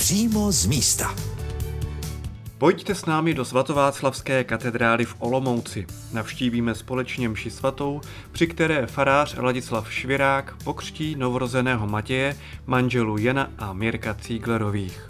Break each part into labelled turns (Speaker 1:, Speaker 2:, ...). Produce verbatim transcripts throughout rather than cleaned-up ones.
Speaker 1: Přímo z místa.
Speaker 2: Pojďte s námi do svatováclavské katedrály v Olomouci. Navštívíme společně mši svatou, při které farář Ladislav Švirák pokřtí novorozeného Matěje, manželů Jana a Mirka Cíglerových.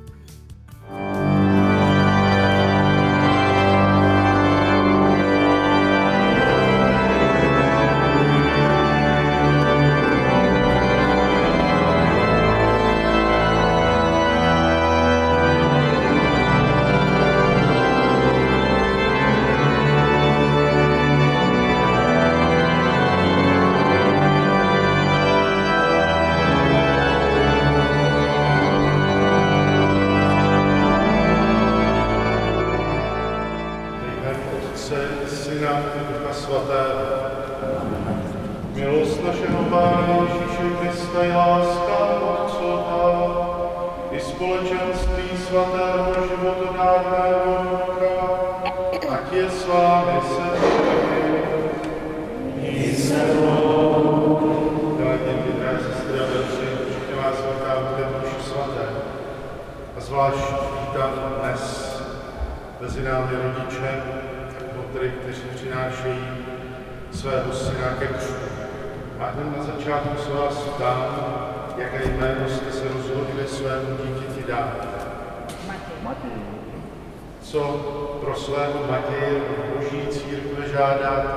Speaker 3: Milost našeho Pána Ježíše Krista je láska Otcova i společenství svatého životodárného Ducha, ať je s vámi se i se mnou. Milé děti, drahé sestry a bratři, všichni vás vítám v této mši svaté. A zvlášť vítám dnes mezi námi rodiče, motry, kteří přinášejí svého syna ke křtu. A hned na začátku se vás ptám, jaké jméno jste se rozhodli svému dítěti dát. Matěj. Co pro svého Matěje v Boží církve žádáte?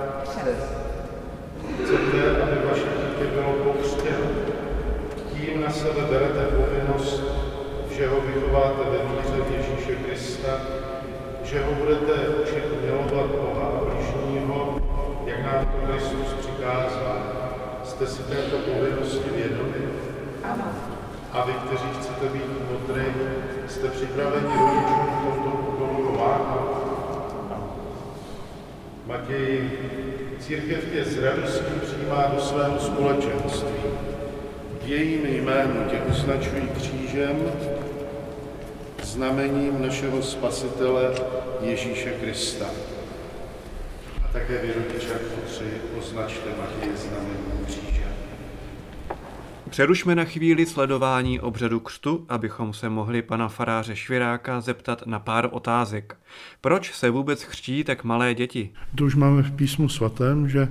Speaker 3: Chcete, aby vaše dítě bylo pokřtěno. Tím na sebe berete povinnost, že ho vychováte ve víře v Ježíše Krista, že ho budete učit milovat Boha a bližního, jak nám to Kristus přikázal. Jste si této povinnosti vědomi?
Speaker 4: Ano.
Speaker 3: A vy, kteří chcete být motry, jste připraveni rodičům v tomto úkolu pomáhat? Matěj, církev tě s radostí přijímá do svého společenství. V jejím jménu tě označují křížem, znamením našeho Spasitele Ježíše Krista. A také vy, rodiče, kotři, označte Matěje znamením kříže.
Speaker 2: Přerušme na chvíli sledování obřadu křtu, abychom se mohli pana faráře Šviráka zeptat na pár otázek. Proč se vůbec křtí tak malé děti?
Speaker 3: To už máme v písmu svatém, že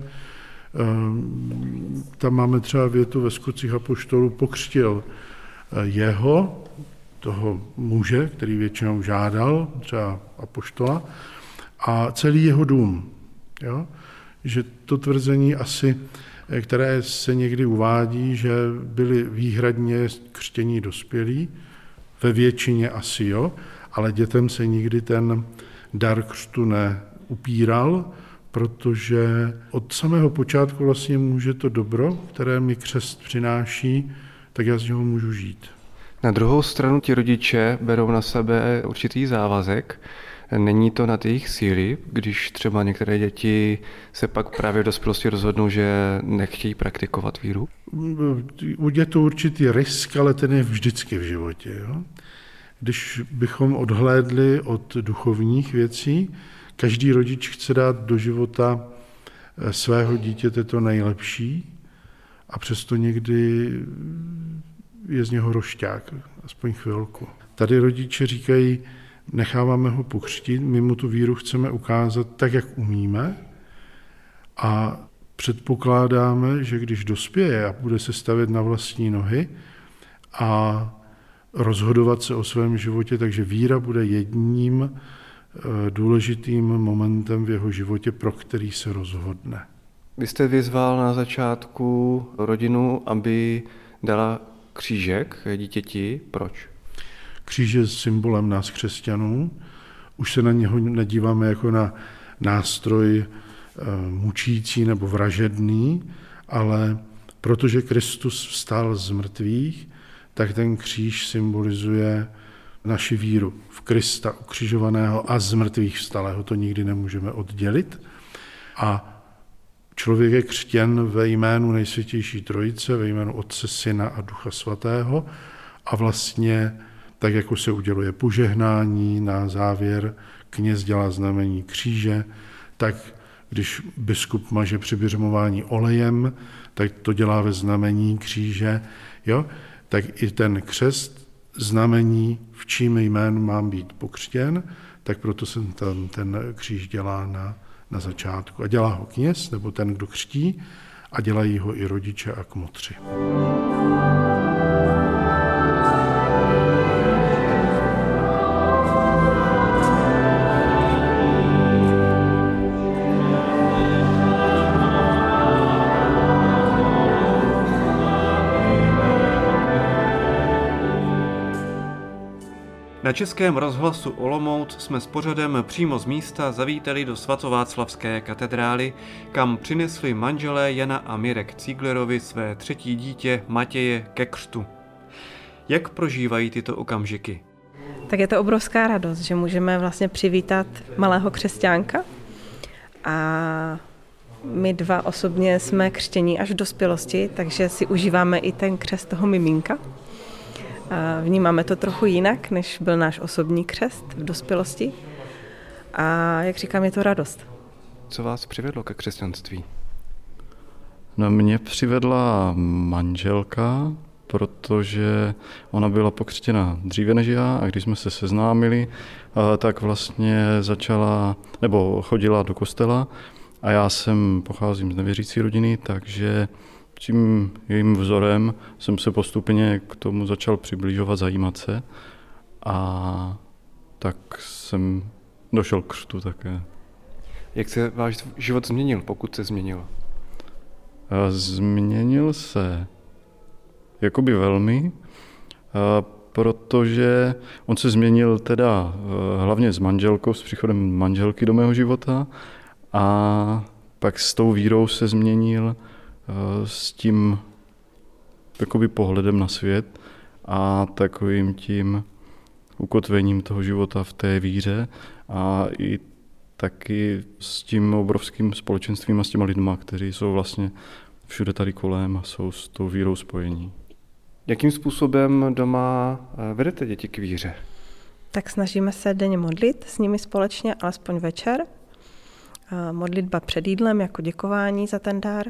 Speaker 3: um, tam máme třeba větu ve Skutcích apoštolů, pokřtil jeho, toho muže, který většinou žádal, třeba apoštola, a celý jeho dům. Jo? Že to tvrzení asi, které se někdy uvádí, že byli výhradně křtění dospělí, ve většině asi jo, ale dětem se nikdy ten dar křtu neupíral, protože od samého počátku vlastně může to dobro, které mi křest přináší, tak já z něho můžu žít.
Speaker 2: Na druhou stranu ti rodiče berou na sebe určitý závazek. Není to na jejich síly, když třeba některé děti se pak právě v dospělosti rozhodnou, že nechtějí praktikovat víru?
Speaker 3: Je to určitý risk, ale ten je vždycky v životě. Jo? Když bychom odhlédli od duchovních věcí, každý rodič chce dát do života svého dítěte to nejlepší a přesto někdy je z něho rošťák, aspoň chvilku. Tady rodiče říkají, necháváme ho pokřtít, my mu tu víru chceme ukázat tak, jak umíme a předpokládáme, že když dospěje a bude se stavět na vlastní nohy a rozhodovat se o svém životě, takže víra bude jedním důležitým momentem v jeho životě, pro který se rozhodne.
Speaker 2: Vy jste vyzval na začátku rodinu, aby dala křížek dítěti. Proč?
Speaker 3: Kříž je symbolem nás křesťanů. Už se na něho nedíváme jako na nástroj mučící nebo vražedný, ale protože Kristus vstal z mrtvých, tak ten kříž symbolizuje naši víru v Krista ukřižovaného a z mrtvých vstalého. To nikdy nemůžeme oddělit. A člověk je křtěn ve jménu Nejsvětější Trojice, ve jménu Otce, Syna a Ducha Svatého a vlastně tak, jako se uděluje požehnání, na závěr kněz dělá znamení kříže, tak když biskup maže při běžmování olejem, tak to dělá ve znamení kříže, jo? Tak i ten křest znamení, v čím jménu mám být pokřtěn, tak proto jsem tam ten kříž dělá na, na začátku. A dělá ho kněz, nebo ten, kdo křtí, a dělají ho i rodiče a kmotři.
Speaker 2: Na Českém rozhlasu Olomouc jsme s pořadem přímo z místa zavítali do svatováclavské katedrály, kam přinesli manželé Jana a Mirek Cíglerovi své třetí dítě Matěje ke křtu. Jak prožívají tyto okamžiky?
Speaker 1: Tak je to obrovská radost, že můžeme vlastně přivítat malého křesťánka a my dva osobně jsme křtění až v dospělosti, takže si užíváme i ten křest toho miminka. A vnímáme to trochu jinak, než byl náš osobní křest v dospělosti. A jak říkám, je to radost.
Speaker 2: Co vás přivedlo ke křesťanství?
Speaker 4: No, mě přivedla manželka, protože ona byla pokřtěna dříve než já a když jsme se seznámili, tak vlastně začala, nebo chodila do kostela a já jsem pocházím z nevěřící rodiny, takže tím jejím vzorem jsem se postupně k tomu začal přibližovat, zajímat se a tak jsem došel k křtu také.
Speaker 2: Jak se váš život změnil, pokud se změnil?
Speaker 4: Změnil se jakoby velmi, protože on se změnil teda hlavně s manželkou, s příchodem manželky do mého života a pak s tou vírou se změnil s tím jakoby pohledem na svět a takovým tím ukotvením toho života v té víře a i taky s tím obrovským společenstvím a s těma lidma, kteří jsou vlastně všude tady kolem a jsou s tou vírou spojení.
Speaker 2: Jakým způsobem doma vedete děti k víře?
Speaker 1: Tak snažíme se denně modlit s nimi společně, alespoň večer. Modlitba před jídlem jako děkování za ten dar.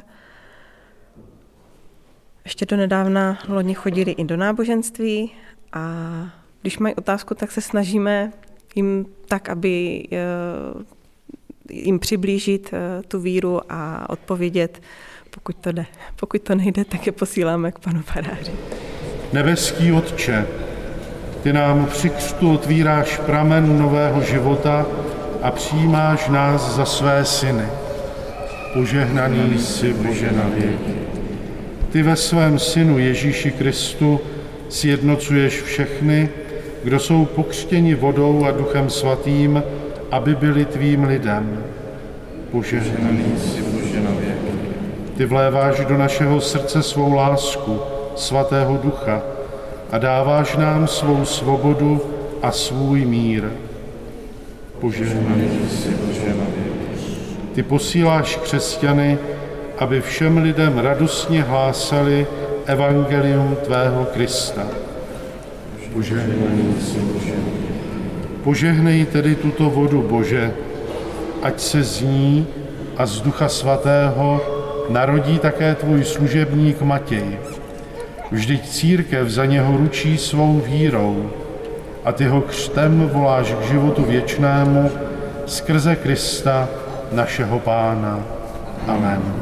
Speaker 1: Ještě do nedávna loni chodili i do náboženství a když mají otázku, tak se snažíme jim tak, aby jim přiblížit tu víru a odpovědět, pokud to jde. Pokud to nejde, tak je posíláme k panu faráři.
Speaker 3: Nebeský Otče, ty nám při křtu otvíráš pramen nového života a přijímáš nás za své syny. Požehnaný jsi, Bože, na věky. Ty ve svém synu Ježíši Kristu sjednocuješ všechny, kdo jsou pokřtěni vodou a Duchem Svatým, aby byli tvým lidem. Požehnaný jsi, Bože, na věky. Ty vléváš do našeho srdce svou lásku, Svatého Ducha a dáváš nám svou svobodu a svůj mír. Požehnaný jsi, Bože, na věky. Ty posíláš křesťany, aby všem lidem radostně hlásali evangelium tvého Krista. Požehnaný jsi, Bože. Požehnej tedy tuto vodu, Bože, ať se z ní a z Ducha Svatého narodí také tvůj služebník Matěj. Vždyť církev za něho ručí svou vírou a ty ho křtem voláš k životu věčnému skrze Krista, našeho Pána. Amen.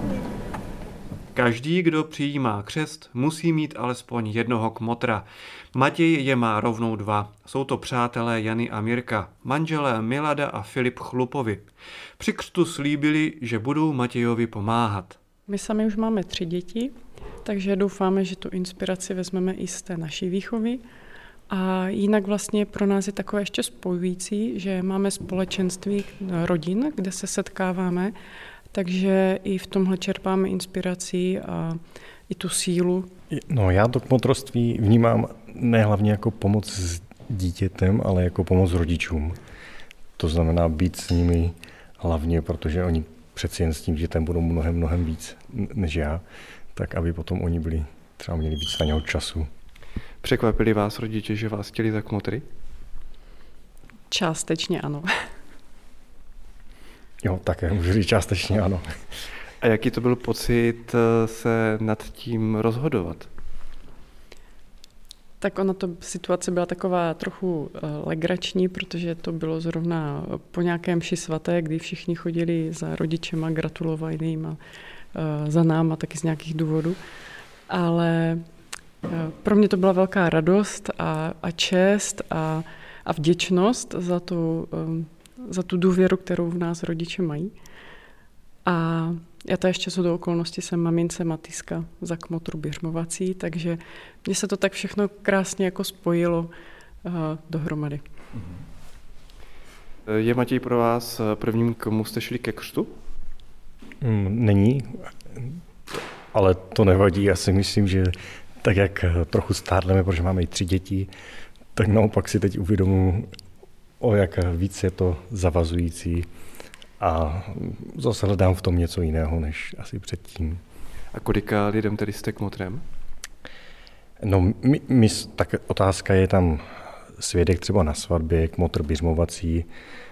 Speaker 2: Každý, kdo přijímá křest, musí mít alespoň jednoho kmotra. Matěj je má rovnou dva. Jsou to přátelé Jany a Mirka, manželé Milada a Filip Chlupovi. Při křtu slíbili, že budou Matějovi pomáhat.
Speaker 5: My sami už máme tři děti, takže doufáme, že tu inspiraci vezmeme i z té naší výchovy. A jinak vlastně pro nás je takové ještě spojující, že máme společenství rodin, kde se setkáváme, takže i v tomhle čerpáme inspiraci a i tu sílu.
Speaker 6: No, já to kmotroství vnímám ne hlavně jako pomoc s dítětem, ale jako pomoc rodičům. To znamená být s nimi hlavně, protože oni přeci jen s tím dítětem budou mnohem, mnohem víc než já, tak aby potom oni byli, třeba měli víc na něho času.
Speaker 2: Překvapili vás rodiče, že vás chtěli za kmotry?
Speaker 5: Částečně ano.
Speaker 6: Jo, také můžu říct částečně ano.
Speaker 2: A jaký to byl pocit se nad tím rozhodovat?
Speaker 5: Tak ona to situace byla taková trochu legrační, protože to bylo zrovna po nějakém mši svaté, kdy všichni chodili za rodičema, gratulovali jim a za náma taky z nějakých důvodů. Ale pro mě to byla velká radost a, a čest a, a vděčnost za tu, za tu důvěru, kterou v nás rodiče mají. A já to ještě co do okolností jsem mamince Matýska za kmotru běžmovací, takže mně se to tak všechno krásně jako spojilo uh, dohromady.
Speaker 2: Je Matěj pro vás prvním, komu jste šli ke křtu?
Speaker 6: Není, ale to nevadí. Já si myslím, že tak jak trochu stárneme, protože máme i tři děti, tak naopak si teď uvědomuji, o jak víc je to zavazující. A zase hledám v tom něco jiného, než asi předtím.
Speaker 2: A kolika lidem tedy jste kmotrem?
Speaker 6: No, my, my, tak otázka je tam svědek třeba na svatbě, kmotr běžmovací,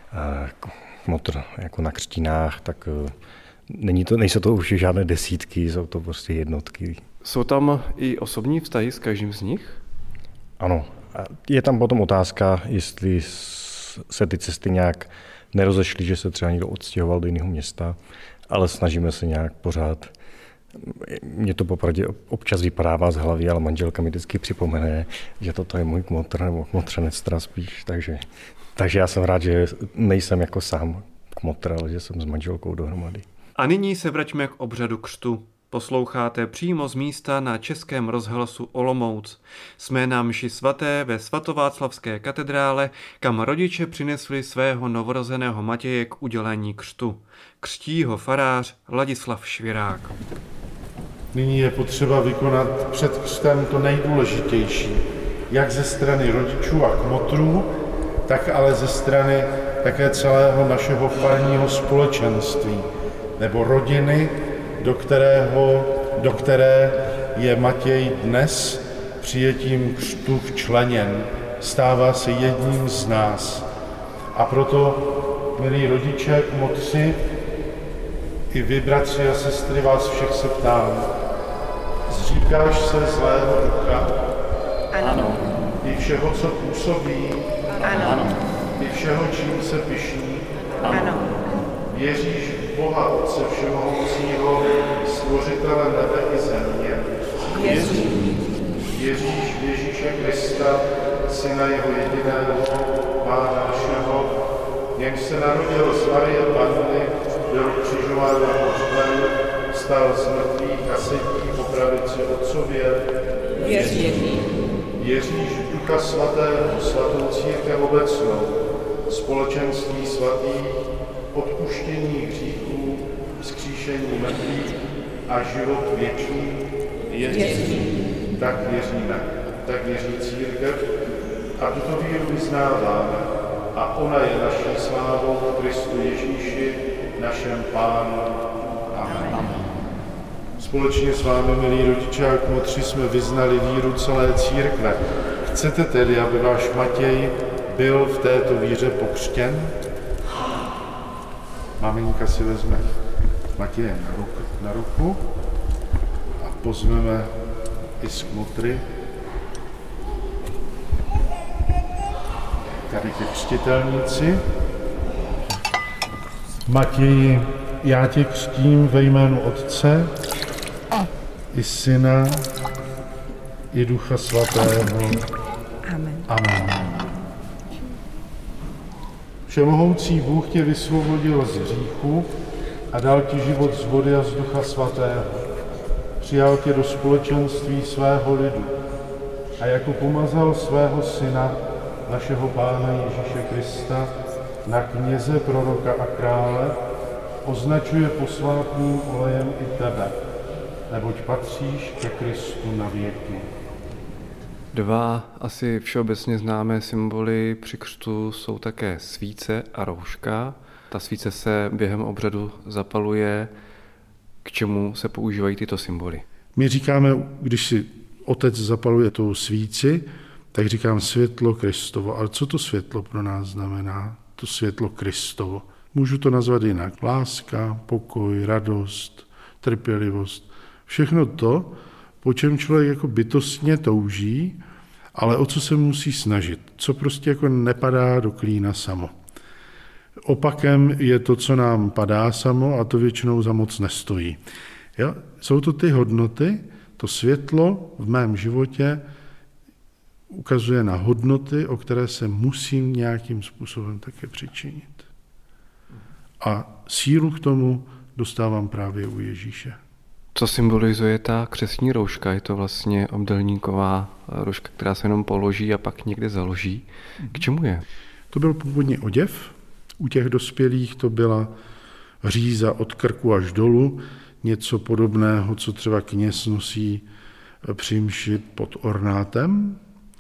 Speaker 6: kmotr jako na křtinách, tak není to, nejsou to už žádné desítky, jsou to prostě jednotky.
Speaker 2: Jsou tam i osobní vztahy s každým z nich?
Speaker 6: Ano. Je tam potom otázka, jestli se ty cesty nějak nerozešli, že se třeba někdo odstěhoval do jiného města, ale snažíme se nějak pořád. Mně to popravdě občas vypadává z hlavy, ale manželka mi vždycky připomene, že toto je můj kmotr nebo kmotřenec teda spíš. Takže, takže já jsem rád, že nejsem jako sám kmotr, ale že jsem s manželkou dohromady.
Speaker 2: A nyní se vraťme k obřadu křtu. Posloucháte přímo z místa na Českém rozhlasu Olomouc. Jsme na mši svaté ve svatováclavské katedrále, kam rodiče přinesli svého novorozeného Matěje k udělení křtu. Křtí ho farář Ladislav Švirák.
Speaker 3: Nyní je potřeba vykonat před křtem to nejdůležitější, jak ze strany rodičů a kmotrů, tak ale ze strany také celého našeho farního společenství nebo rodiny, do, kterého, do které je Matěj dnes přijetím křtu včleněn. Stává se jedním z nás. A proto, milí rodiče, kmotři, i vy, bratři a sestry, vás všech se ptám. Zříkáš se zlého ducha?
Speaker 1: Ano.
Speaker 3: I všeho, co působí?
Speaker 1: Ano.
Speaker 3: I všeho, čím se pyšní?
Speaker 1: Ano.
Speaker 3: Věříš v Boha Otce Všemohoucího, Stvořitele nebe i země?
Speaker 1: Věřím.
Speaker 3: Věříš v Ježíše Krista, Syna jeho jediného, Pána našeho, němž se narodil z Marie Panny, byl ukřižován a pohřben, vstal z mrtvých a sedí po pravici Otcově?
Speaker 1: Věřím.
Speaker 3: Věříš v Ducha Svatého, svatou církev obecnou, společenství svatých, odpuštění hříchů, vzkříšení mrtvých a život věčný?
Speaker 1: Věřím.
Speaker 3: Tak věříme, tak věří církev a tuto víru vyznáváme a ona je naší slávou v Kristu Ježíši, našem Pánu. Amen. Společně s vámi, milí rodiče a kmotři, jsme vyznali víru celé církve. Chcete tedy, aby váš Matěj byl v této víře pokřtěn? Maminka si vezme Matěje na ruku, na ruku a pozveme i z kmotry. Tady ty křtitelníci. Matěji, já tě křtím ve jménu Otce i Syna i Ducha Svatého.
Speaker 1: Amen.
Speaker 3: Amen. Všemohoucí Bůh tě vysvobodil z hříchu a dal ti život z vody a z Ducha Svatého. Přijal tě do společenství svého lidu a jako pomazal svého Syna, našeho Pána Ježíše Krista, na kněze, proroka a krále, označuje posvátným olejem i tebe, neboť patříš ke Kristu na věky.
Speaker 2: Dva asi všeobecně známé symboly při křtu jsou také svíce a rouška. Ta svíce se během obřadu zapaluje. K čemu se používají tyto symboly?
Speaker 3: My říkáme, když si otec zapaluje tou svíci, tak říkám světlo Kristovo. Ale co to světlo pro nás znamená? To světlo Kristovo. Můžu to nazvat jinak. Láska, pokoj, radost, trpělivost. Všechno to, po čem člověk jako bytostně touží ale o co se musí snažit, co prostě jako nepadá do klína samo. Opakem je to, co nám padá samo, a to většinou za moc nestojí. Jo? Jsou to ty hodnoty, to světlo v mém životě ukazuje na hodnoty, o které se musím nějakým způsobem také přičinit. A sílu k tomu dostávám právě u Ježíše.
Speaker 2: Co symbolizuje ta křestní rouška? Je to vlastně obdélníková rouška, která se jenom položí a pak někde založí. K čemu je?
Speaker 3: To byl původně oděv. U těch dospělých to byla říza od krku až dolů, něco podobného, co třeba kněz nosí při mši pod ornátem.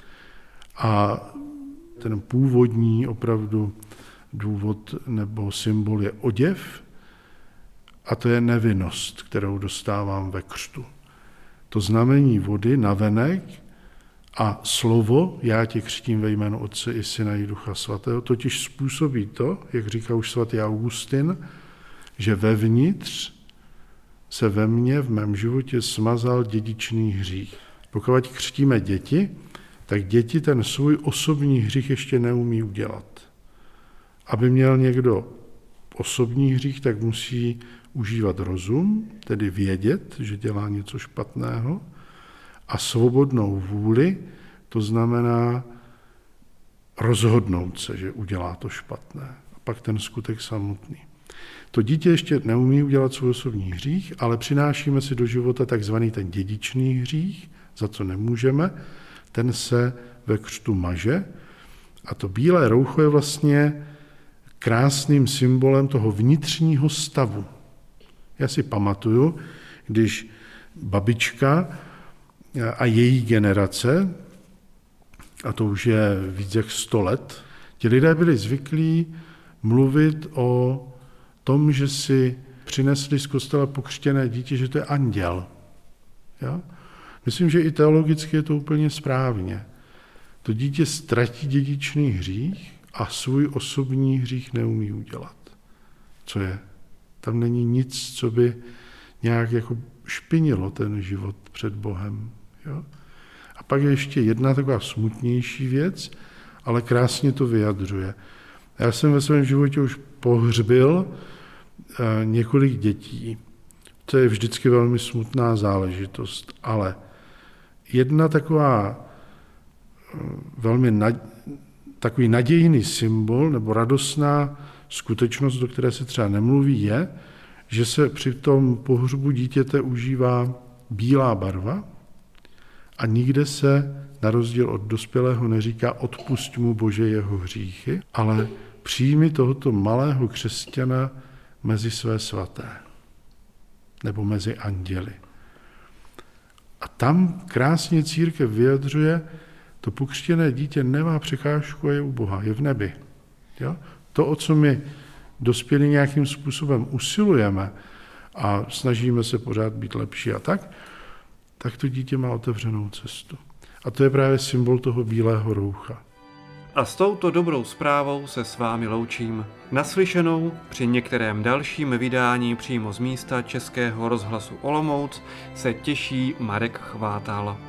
Speaker 3: A ten původní opravdu důvod nebo symbol je oděv, a to je nevinnost, kterou dostávám ve křtu. To znamení vody navenek a slovo, já tě křtím ve jménu Otce i Syna i Ducha Svatého, totiž způsobí to, jak říká už svatý Augustin, že vevnitř se ve mně, v mém životě smazal dědičný hřích. Pokud křtíme děti, tak děti ten svůj osobní hřích ještě neumí udělat. Aby měl někdo osobní hřích, tak musí užívat rozum, tedy vědět, že dělá něco špatného, a svobodnou vůli, to znamená rozhodnout se, že udělá to špatné. A pak ten skutek samotný. To dítě ještě neumí udělat svůj osobní hřích, ale přinášíme si do života takzvaný ten dědičný hřích, za co nemůžeme, ten se ve křtu maže. A to bílé roucho je vlastně krásným symbolem toho vnitřního stavu. Já si pamatuju, když babička a její generace, a to už je víc jak sto let, ti lidé byli zvyklí mluvit o tom, že si přinesli z kostela pokřtěné dítě, že to je anděl. Jo? Myslím, že i teologicky je to úplně správně. To dítě ztratí dědičný hřích a svůj osobní hřích neumí udělat. Co je? Tam není nic, co by nějak jako špinilo ten život před Bohem. Jo? A pak je ještě jedna taková smutnější věc, ale krásně to vyjadřuje. Já jsem ve svém životě už pohřbil eh, několik dětí. To je vždycky velmi smutná záležitost, ale jedna taková eh, velmi nad, takový nadějný symbol nebo radostná skutečnost, do které se třeba nemluví, je, že se při tom pohřbu dítěte užívá bílá barva a nikde se, na rozdíl od dospělého, neříká odpusť mu Bože jeho hříchy, ale přijmi tohoto malého křesťana mezi své svaté nebo mezi anděli. A tam krásně církev vyjadřuje, to pokřtěné dítě nemá překážku a je u Boha, je v nebi. Jo? To, o co my dospělí nějakým způsobem usilujeme a snažíme se pořád být lepší a tak, tak to dítě má otevřenou cestu. A to je právě symbol toho bílého roucha.
Speaker 2: A s touto dobrou zprávou se s vámi loučím. Naslyšenou při některém dalším vydání přímo z místa Českého rozhlasu Olomouc se těší Marek Chvátal.